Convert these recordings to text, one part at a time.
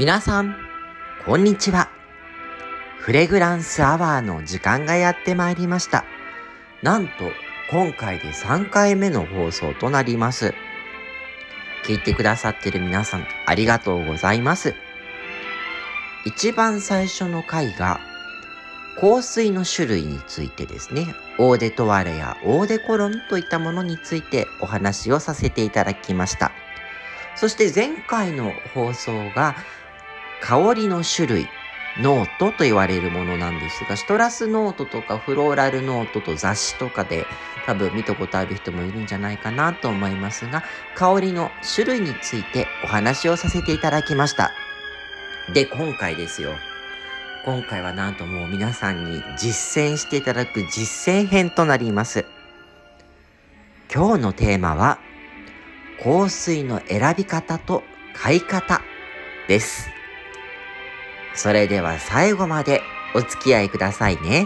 皆さん、こんにちは。フレグランスアワーの時間がやってまいりました。なんと、今回で3回目の放送となります。聞いてくださっている皆さん、ありがとうございます。一番最初の回が、香水の種類についてですね、オーデトワレやオーデコロンといったものについてお話をさせていただきました。そして前回の放送が、香りの種類、ノートと言われるものなんですが、シトラスノートとかフローラルノートと雑誌とかで多分見たことある人もいるんじゃないかなと思いますが、香りの種類についてお話をさせていただきました。で、今回ですよ。今回はなんともう皆さんに実践していただく実践編となります。今日のテーマは、香水の選び方と買い方です。それでは最後までお付き合いくださいね。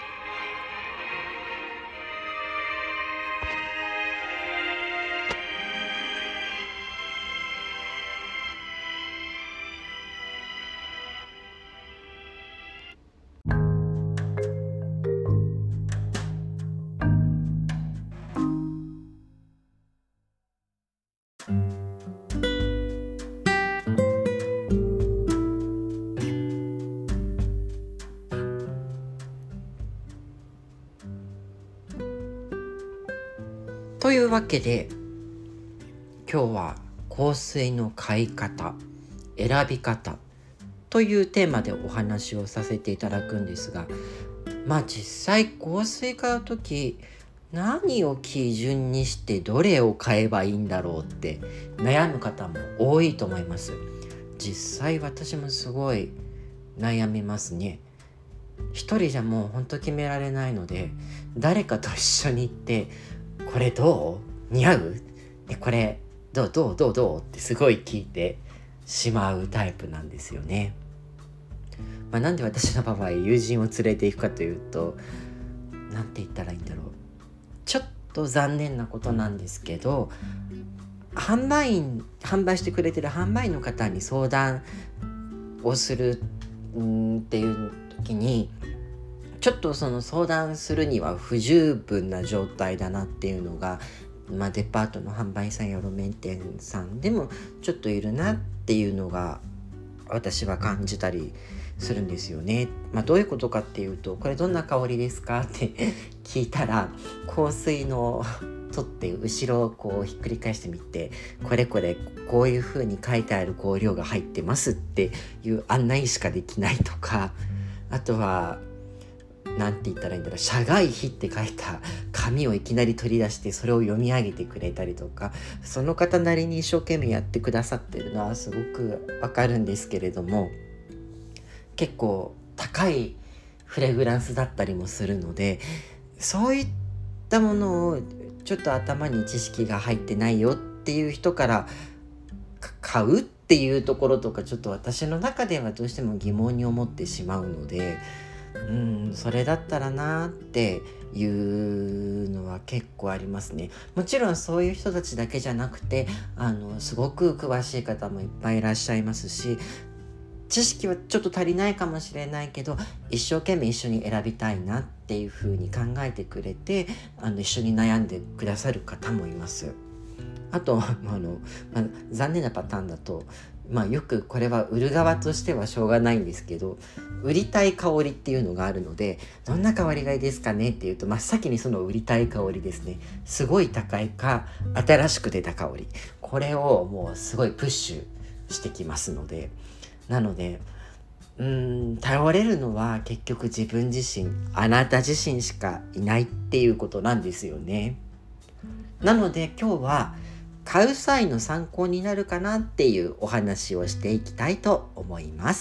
というわけで、今日は香水の買い方、選び方というテーマでお話をさせていただくんですが、実際香水買うとき何を基準にしてどれを買えばいいんだろうって悩む方も多いと思います。実際私もすごい悩みますね。一人じゃもうほんと決められないので、誰かと一緒に行ってこれどう？似合う？これどうってすごい聞いてしまうタイプなんですよね。なんで私の場合友人を連れていくかというと、なんて言ったらいいんだろう、ちょっと残念なことなんですけど、販売してくれてる販売員の方に相談をするっていう時に、ちょっとその相談するには不十分な状態だなっていうのが、デパートの販売さんや路面店さんでもちょっといるなっていうのが私は感じたりするんですよね。どういうことかっていうと、これどんな香りですかって聞いたら、香水の取って後ろをこうひっくり返してみて、これこういう風に書いてある香料が入ってますっていう案内しかできないとか、あとはなんて言ったらいいんだろう、社外費って書いた紙をいきなり取り出してそれを読み上げてくれたりとか、その方なりに一生懸命やってくださってるのはすごくわかるんですけれども、結構高いフレグランスだったりもするので、そういったものをちょっと頭に知識が入ってないよっていう人から買うっていうところとか、ちょっと私の中ではどうしても疑問に思ってしまうので、それだったらなっていうのは結構ありますね。もちろんそういう人たちだけじゃなくて、すごく詳しい方もいっぱいいらっしゃいますし、知識はちょっと足りないかもしれないけど、一生懸命一緒に選びたいなっていう風に考えてくれて、一緒に悩んでくださる方もいます。あと残念なパターンだと、よくこれは売る側としてはしょうがないんですけど、売りたい香りっていうのがあるので、どんな香りがいいですかねっていうと、真っ先にその売りたい香りですね。すごい高いか新しく出た香り、これをもうすごいプッシュしてきますので、なので頼れるのは結局自分自身、あなた自身しかいないっていうことなんですよね。なので今日は買う際の参考になるかなっていうお話をしていきたいと思います。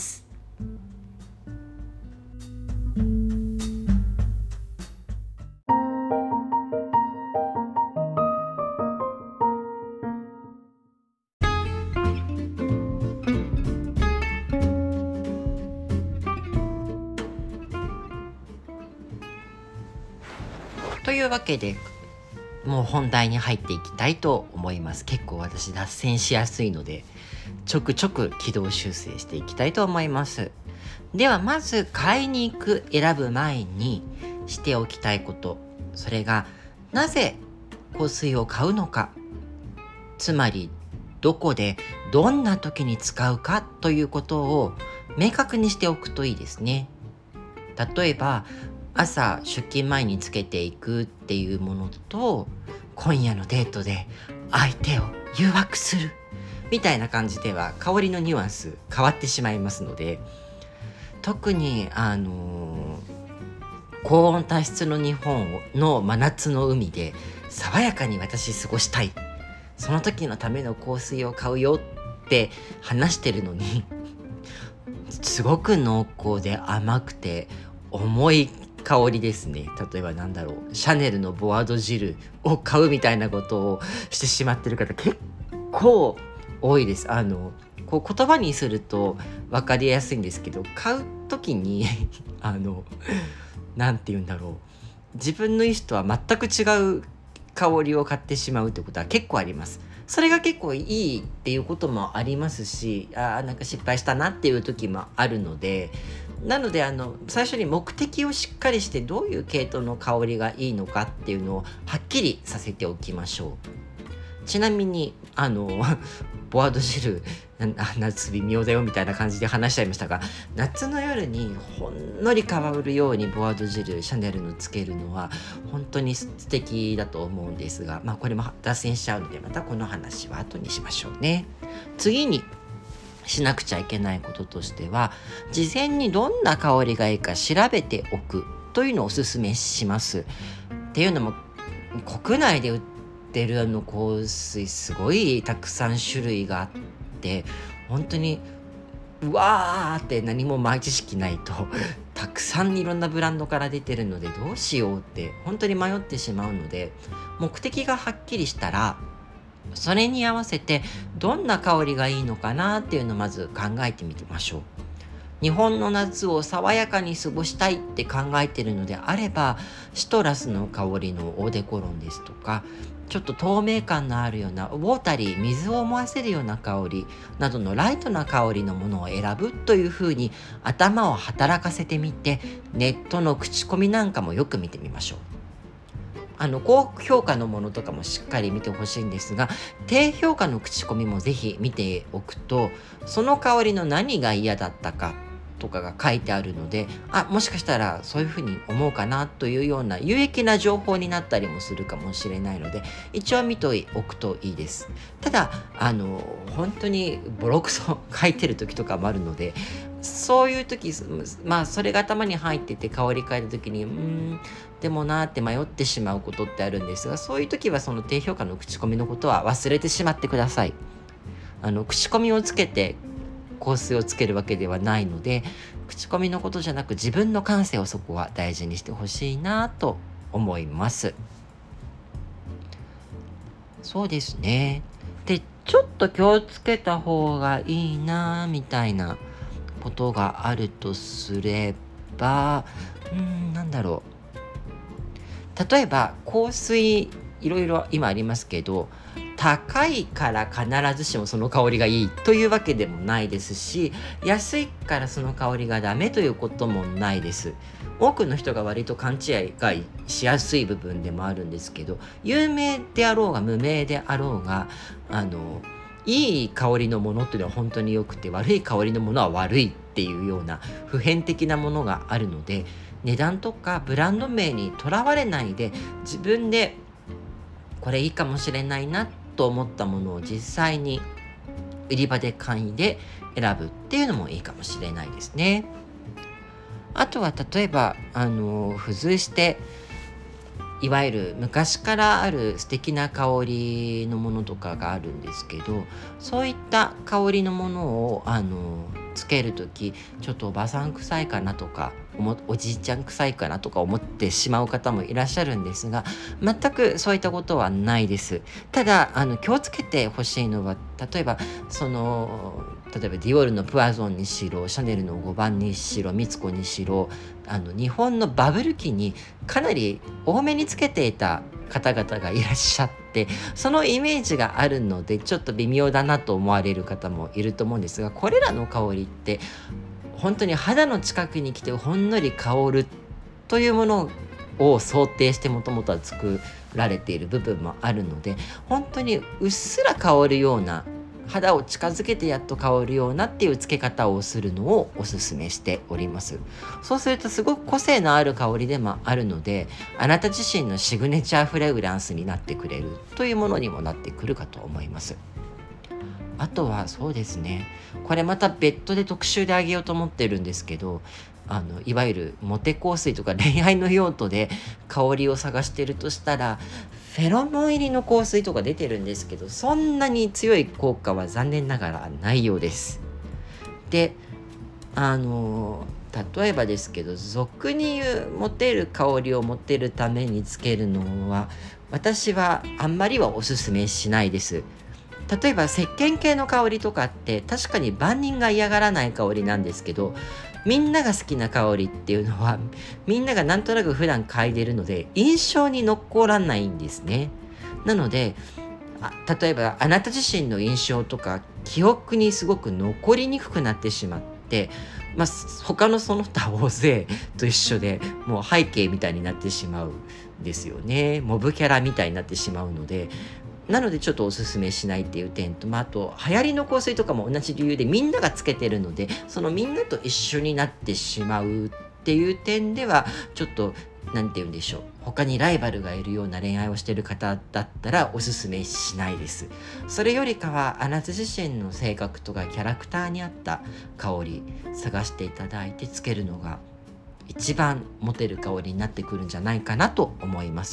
というわけで、もう本題に入っていきたいと思います。結構私脱線しやすいのでちょくちょく軌道修正していきたいと思います。ではまず買いに行く選ぶ前にしておきたいこと、それがなぜ香水を買うのか、つまりどこでどんな時に使うかということを明確にしておくといいですね。例えば朝出勤前につけていくっていうものと、今夜のデートで相手を誘惑するみたいな感じでは香りのニュアンス変わってしまいますので、特に高温多湿の日本の真夏の海で爽やかに私過ごしたい、その時のための香水を買うよって話してるのにすごく濃厚で甘くて重い香りですね。例えばシャネルのボワード汁を買うみたいなことをしてしまってる方結構多いです。こう言葉にすると分かりやすいんですけど、買う時になんて言うんだろう、自分の意思とは全く違う香りを買ってしまうってことは結構あります。それが結構いいっていうこともありますし、なんか失敗したなっていう時もあるので、なので最初に目的をしっかりして、どういう系統の香りがいいのかっていうのをはっきりさせておきましょう。ちなみにボワード汁夏微妙だよみたいな感じで話しちゃいましたが、夏の夜にほんのり香るようにボワード汁シャネルのつけるのは本当に素敵だと思うんですが、これも脱線しちゃうので、またこの話は後にしましょうね。次にしなくちゃいけないこととしては、事前にどんな香りがいいか調べておくというのをおすすめします。っていうのも、国内で売ってる香水すごいたくさん種類があって、本当にうわーって何も前知識ないとたくさんいろんなブランドから出てるので、どうしようって本当に迷ってしまうので、目的がはっきりしたらそれに合わせてどんな香りがいいのかなっていうのをまず考えてみてみましょう。日本の夏を爽やかに過ごしたいって考えているのであれば、シトラスの香りのオーデコロンですとか、ちょっと透明感のあるようなウォータリー、水を思わせるような香りなどのライトな香りのものを選ぶというふうに頭を働かせてみて、ネットの口コミなんかもよく見てみましょう。高評価のものとかもしっかり見てほしいんですが、低評価の口コミもぜひ見ておくと、その香りの何が嫌だったかとかが書いてあるので、もしかしたらそういうふうに思うかなというような有益な情報になったりもするかもしれないので、一応見ておくといいです。ただ本当にボロクソ書いてる時とかもあるので、そういう時それが頭に入ってて香り嗅いだ時にでもなーって迷ってしまうことってあるんですが、そういう時はその低評価の口コミのことは忘れてしまってください。口コミをつけて香水をつけるわけではないので、口コミのことじゃなく自分の感性をそこは大事にしてほしいなと思います。そうですね。で、ちょっと気をつけた方がいいなみたいなことがあるとすれば、例えば香水いろいろ今ありますけど、高いから必ずしもその香りがいいというわけでもないですし、安いからその香りがダメということもないです。多くの人が割と勘違いがしやすい部分でもあるんですけど、有名であろうが無名であろうがいい香りのものっていうのは本当に良くて、悪い香りのものは悪いっていうような普遍的なものがあるので、値段とかブランド名にとらわれないで、自分でこれいいかもしれないなと思ったものを実際に売り場で簡易で選ぶっていうのもいいかもしれないですね。あとは例えば付随していわゆる昔からある素敵な香りのものとかがあるんですけど、そういった香りのものをつけるとき、ちょっとおばさん臭いかなとかおじいちゃん臭いかなとか思ってしまう方もいらっしゃるんですが、全くそういったことはないです。ただ気をつけてほしいのは、例えばディオールのプアゾンにしろ、シャネルの5番にしろ、ミツコにしろ、日本のバブル期にかなり多めにつけていた方々がいらっしゃって、そのイメージがあるのでちょっと微妙だなと思われる方もいると思うんですが、これらの香りって本当に肌の近くに来てほんのり香るというものを想定してもともとは作られている部分もあるので、本当にうっすら香るような、肌を近づけてやっと香るようなっていう付け方をするのをおすすめしております。そうするとすごく個性のある香りでもあるので、あなた自身のシグネチャーフレグランスになってくれるというものにもなってくるかと思います。あとはそうですね、これまた別途で特集であげようと思ってるんですけど、いわゆるモテ香水とか恋愛の用途で香りを探してるとしたら、フェロモン入りの香水とか出てるんですけど、そんなに強い効果は残念ながらないようです。で、例えばですけど、俗に言うモテる香りを持てるためにつけるのは、私はあんまりはおすすめしないです。例えば石鹸系の香りとかって確かに万人が嫌がらない香りなんですけど、みんなが好きな香りっていうのはみんながなんとなく普段嗅いでるので印象に残らないんですね。なので例えばあなた自身の印象とか記憶にすごく残りにくくなってしまって、他のその他大勢と一緒でもう背景みたいになってしまうんですよね。モブキャラみたいになってしまうので、なのでちょっとおすすめしないっていう点と、あと流行りの香水とかも同じ理由でみんながつけてるので、そのみんなと一緒になってしまうっていう点ではちょっとなんて言うんでしょう、他にライバルがいるような恋愛をしている方だったらおすすめしないです。それよりかはあなた自身の性格とかキャラクターに合った香り探していただいてつけるのが一番モテる香りになってくるんじゃないかなと思います。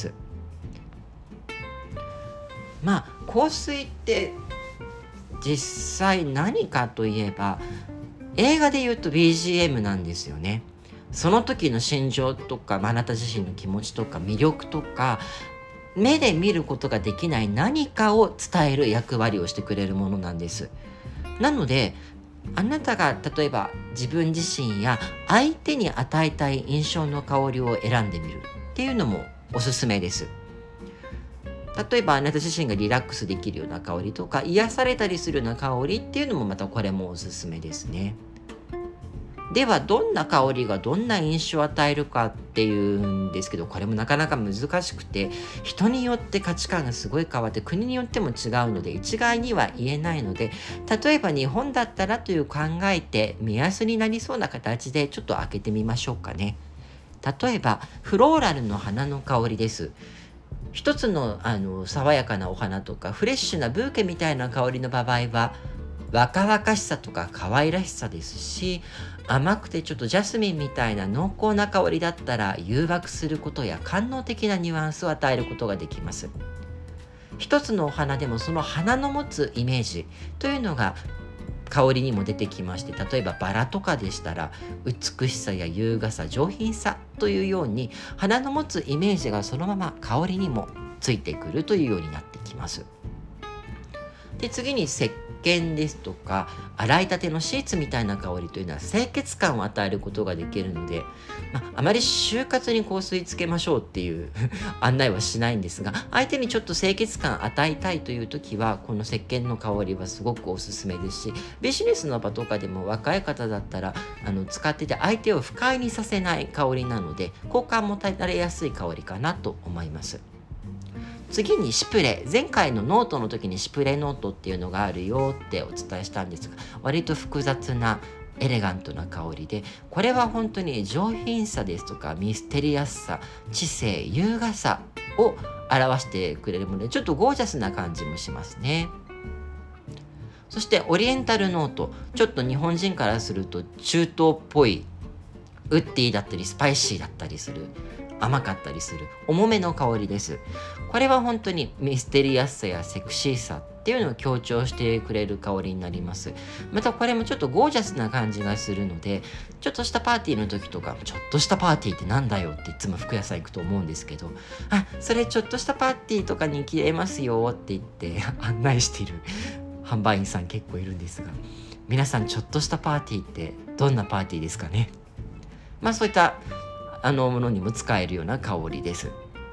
香水って実際何かといえば、映画で言うと BGM なんですよね。その時の心情とか、あなた自身の気持ちとか魅力とか、目で見ることができない何かを伝える役割をしてくれるものなんです。なのであなたが例えば自分自身や相手に与えたい印象の香りを選んでみるっていうのもおすすめです。例えばあなた自身がリラックスできるような香りとか、癒されたりするような香りっていうのもまたこれもおすすめですね。ではどんな香りがどんな印象を与えるかっていうんですけど、これもなかなか難しくて、人によって価値観がすごい変わって、国によっても違うので一概には言えないので、例えば日本だったらという考えて目安になりそうな形でちょっと開けてみましょうかね。例えばフローラルの花の香りです。一つの爽やかなお花とかフレッシュなブーケみたいな香りの場合は若々しさとか可愛らしさですし、甘くてちょっとジャスミンみたいな濃厚な香りだったら誘惑することや官能的なニュアンスを与えることができます。一つのお花でもその花の持つイメージというのが香りにも出てきまして、例えばバラとかでしたら美しさや優雅さ、上品さというように花の持つイメージがそのまま香りにもついてくるというようになってきます。で次に石鹸ですとか洗いたてのシーツみたいな香りというのは清潔感を与えることができるので、あまり就活に香水つけましょうっていう案内はしないんですが、相手にちょっと清潔感与えたいという時はこの石鹸の香りはすごくおすすめですし、ビジネスの場とかでも若い方だったら使ってて相手を不快にさせない香りなので好感も持たれやすい香りかなと思います。次にシプレ。前回のノートの時にシプレノートっていうのがあるよってお伝えしたんですが、割と複雑なエレガントな香りで、これは本当に上品さですとかミステリアスさ、知性、優雅さを表してくれるもので、ちょっとゴージャスな感じもしますね。そしてオリエンタルノート。ちょっと日本人からすると中東っぽいウッディだったりスパイシーだったりする、甘かったりする重めの香りです。これは本当にミステリアスさやセクシーさっていうのを強調してくれる香りになります。またこれもちょっとゴージャスな感じがするので、ちょっとしたパーティーの時とか、ちょっとしたパーティーってなんだよっていつも服屋さん行くと思うんですけど、それちょっとしたパーティーとかに着れますよって言って案内している販売員さん結構いるんですが、皆さんちょっとしたパーティーってどんなパーティーですかね。そういったものにも使えるような香りです。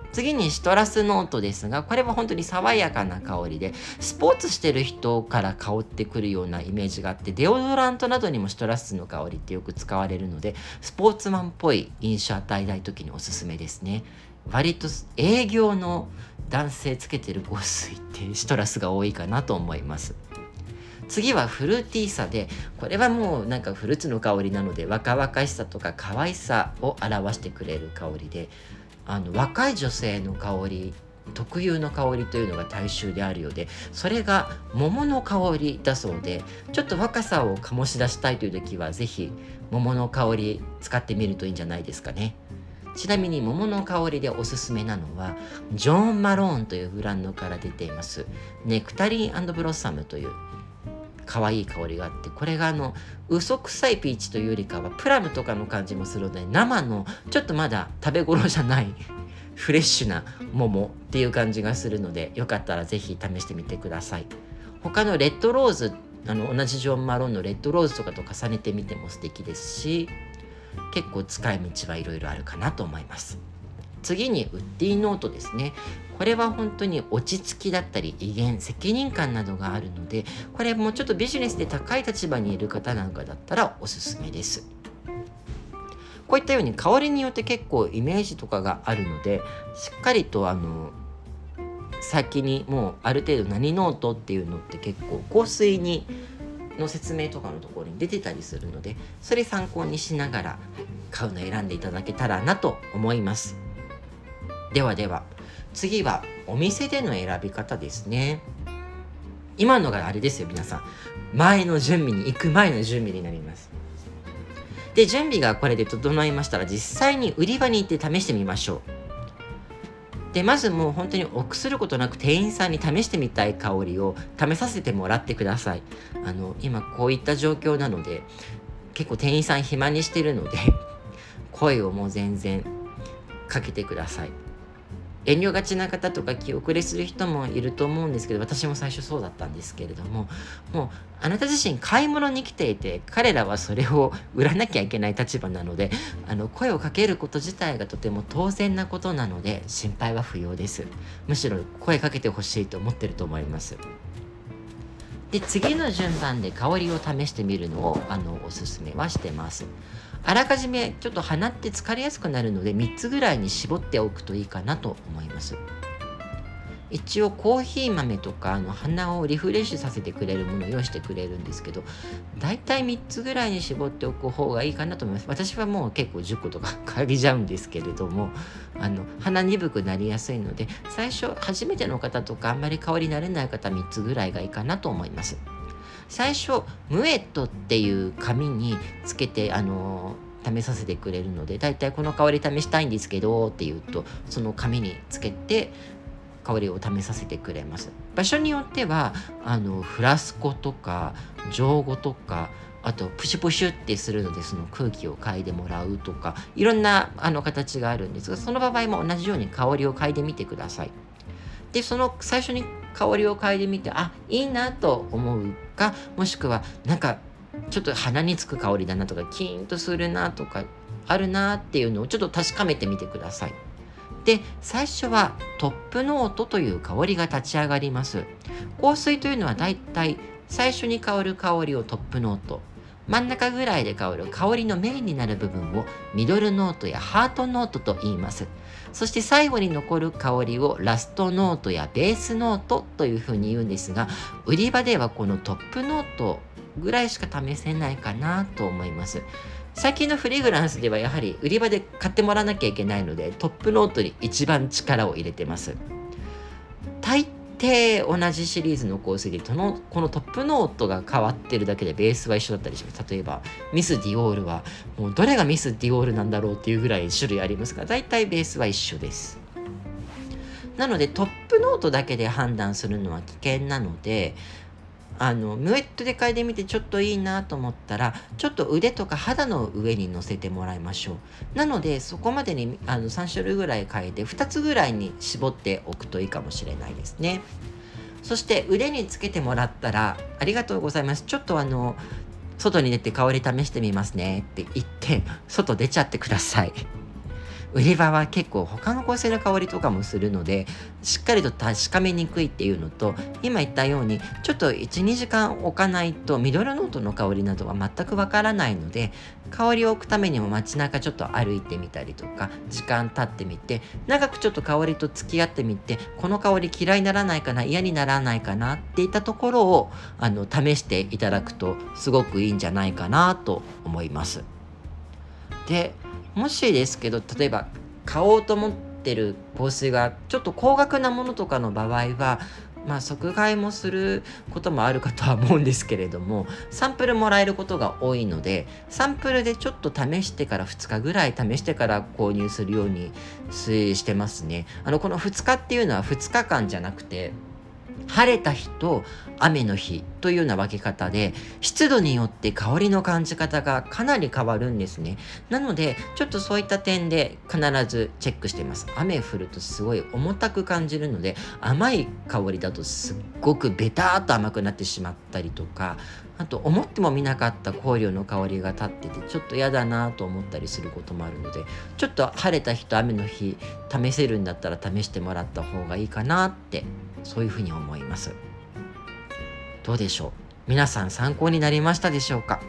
次にシトラスノートですが、これは本当に爽やかな香りで、スポーツしてる人から香ってくるようなイメージがあって、デオドラントなどにもシトラスの香りってよく使われるので、スポーツマンっぽい印象を与えたい時におすすめですね。割と営業の男性つけてる香水ってシトラスが多いかなと思います。次はフルーティーさで、これはもうなんかフルーツの香りなので、若々しさとか可愛さを表してくれる香りで、若い女性の香り特有の香りというのが大衆であるようで、それが桃の香りだそうで、ちょっと若さを醸し出したいという時はぜひ桃の香り使ってみるといいんじゃないですかね。ちなみに桃の香りでおすすめなのはジョーン・マローンというブランドから出ていますネクタリン&ブロッサムという可愛い香りがあって、これが嘘くさいピーチというよりかはプラムとかの感じもするので、生のちょっとまだ食べ頃じゃないフレッシュな桃っていう感じがするので、よかったらぜひ試してみてください。他のレッドローズ、同じジョン・マローンのレッドローズとかと重ねてみても素敵ですし、結構使い道はいろいろあるかなと思います。次にウッディノートですね。これは本当に落ち着きだったり威厳、責任感などがあるので、これもちょっとビジネスで高い立場にいる方なんかだったらおすすめです。こういったように香りによって結構イメージとかがあるので、しっかりと先にもうある程度何ノートっていうのって結構香水の説明とかのところに出てたりするので、それ参考にしながら買うのを選んでいただけたらなと思います。では次はお店での選び方ですね。今のがあれですよ皆さん、前の準備に行く前の準備になります。で準備がこれで整いましたら、実際に売り場に行って試してみましょう。でまずもう本当に臆することなく店員さんに試してみたい香りを試させてもらってください。今こういった状況なので結構店員さん暇にしてるので声をもう全然かけてください。遠慮がちな方とか気遅れする人もいると思うんですけど、私も最初そうだったんですけれども、もうあなた自身買い物に来ていて、彼らはそれを売らなきゃいけない立場なので、声をかけること自体がとても当然なことなので心配は不要です。むしろ声かけてほしいと思ってると思います。で次の順番で香りを試してみるのをおすすめはしてます。あらかじめちょっと鼻って疲れやすくなるので3つぐらいに絞っておくといいかなと思います。一応コーヒー豆とか鼻をリフレッシュさせてくれるものを用意してくれるんですけど、だいたい3つぐらいに絞っておく方がいいかなと思います。私はもう結構10個とか嗅ぎじゃうんですけれども、鼻鈍くなりやすいので、最初初めての方とかあんまり香り慣れない方3つぐらいがいいかなと思います。最初ムエットっていう紙につけて試させてくれるので、だいたいこの香り試したいんですけどって言うと、その紙につけて香りを試させてくれます。場所によってはフラスコとか錠後とか、あとプシュプシュってするのでその空気を嗅いでもらうとか、いろんな形があるんですが、その場合も同じように香りを嗅いでみてください。でその最初に香りを嗅いでみて、いいなと思うか、もしくはなんかちょっと鼻につく香りだなとか、キーンとするなとかあるなっていうのをちょっと確かめてみてください。で最初はトップノートという香りが立ち上がります。香水というのはだいたい最初に香る香りをトップノート、真ん中ぐらいで香る香りのメインになる部分をミドルノートやハートノートと言います。そして最後に残る香りをラストノートやベースノートというふうに言うんですが、売り場ではこのトップノートぐらいしか試せないかなと思います。最近のフレグランスではやはり売り場で買ってもらわなきゃいけないので、トップノートに一番力を入れてます。大抵同じシリーズの香水でこのトップノートが変わってるだけでベースは一緒だったりします。例えばミス・ディオールはもうどれがミス・ディオールなんだろうっていうぐらい種類ありますが、大体ベースは一緒です。なのでトップノートだけで判断するのは危険なので、ムエットで嗅いでみてちょっといいなと思ったら、ちょっと腕とか肌の上に乗せてもらいましょう。なのでそこまでに3種類ぐらい嗅いで2つぐらいに絞っておくといいかもしれないですね。そして腕につけてもらったら、ありがとうございます、ちょっと外に出て香り試してみますねって言って外出ちゃってください。 売り場は結構他の香水の香りとかもするので、しっかりと確かめにくいっていうのと、今言ったようにちょっと 1,2 時間置かないとミドルノートの香りなどは全くわからないので、香りを置くためにも街中ちょっと歩いてみたりとか、時間経ってみて長くちょっと香りと付き合ってみて、この香り嫌いにならないかな、嫌にならないかなっていったところを試していただくとすごくいいんじゃないかなと思います。でもしですけど、例えば買おうと思ってる香水がちょっと高額なものとかの場合は、即買いもすることもあるかとは思うんですけれども、サンプルもらえることが多いので、サンプルでちょっと試してから2日ぐらい試してから購入するようにしてますね。この2日っていうのは2日間じゃなくて、晴れた日と雨の日というような分け方で、湿度によって香りの感じ方がかなり変わるんですね。なのでちょっとそういった点で必ずチェックしています。雨降るとすごい重たく感じるので、甘い香りだとすっごくベターっと甘くなってしまったりとか、あと思ってもみなかった香料の香りが立っててちょっと嫌だなと思ったりすることもあるので、ちょっと晴れた日と雨の日試せるんだったら試してもらった方がいいかなって、そういうふうに思います。どうでしょう、皆さん参考になりましたでしょうか。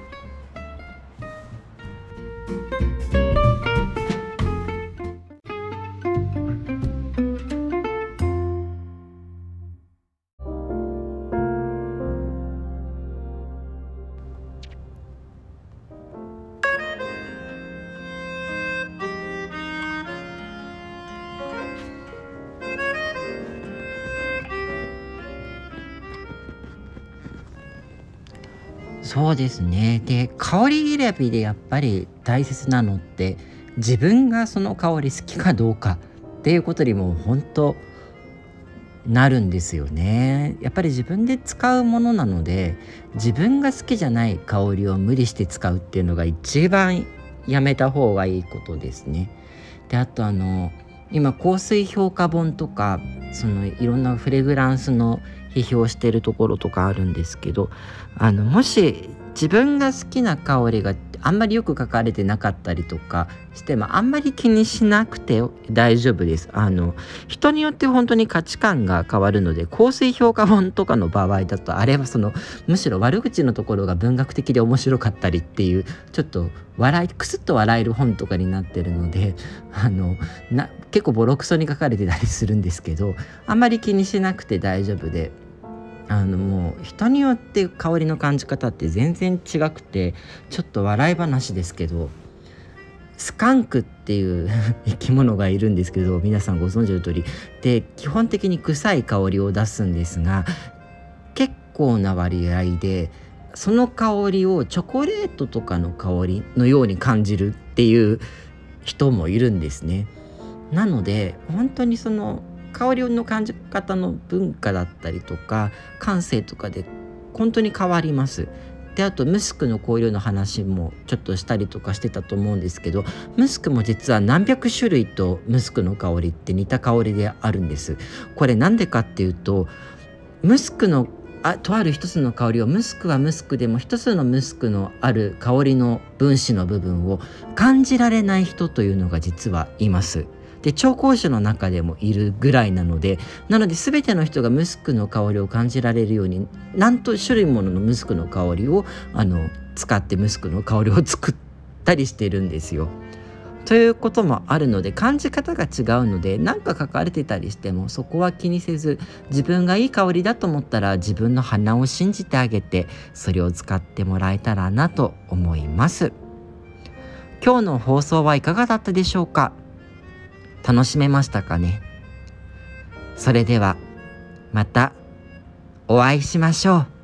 そうですね。で、香り選びでやっぱり大切なのって、自分がその香り好きかどうかっていうことにも本当なるんですよね。やっぱり自分で使うものなので、自分が好きじゃない香りを無理して使うっていうのが一番やめた方がいいことですね。で、あと今香水評価本とか、いろんなフレグランスの批評してるところとかあるんですけど、もし自分が好きな香りがあんまりよく書かれてなかったりとかしても、あんまり気にしなくて大丈夫です。人によって本当に価値観が変わるので、香水評価本とかの場合だと、あれはむしろ悪口のところが文学的で面白かったりっていう、ちょっとクスッと笑える本とかになってるので、結構ボロクソに書かれてたりするんですけど、あんまり気にしなくて大丈夫で、もう人によって香りの感じ方って全然違くて、ちょっと笑い話ですけど、スカンクっていう生き物がいるんですけど、皆さんご存知の通りで、基本的に臭い香りを出すんですが、結構な割合でその香りをチョコレートとかの香りのように感じるっていう人もいるんですね。なので本当に香りの感じ方の文化だったりとか感性とかで本当に変わります。で、あとムスクの香料の話もちょっとしたりとかしてたと思うんですけど、ムスクも実は何百種類とムスクの香りって似た香りであるんです。これなんでかっていうと、ムスクのとある一つの香りを、ムスクはムスクでも一つのムスクのある香りの分子の部分を感じられない人というのが実はいます。で、調香師の中でもいるぐらいなので、全ての人がムスクの香りを感じられるように、なんと種類もののムスクの香りを使ってムスクの香りを作ったりしてるんですよ。ということもあるので、感じ方が違うので、何か書かれてたりしてもそこは気にせず、自分がいい香りだと思ったら自分の鼻を信じてあげて、それを使ってもらえたらなと思います。今日の放送はいかがだったでしょうか。楽しめましたかね。それではまたお会いしましょう。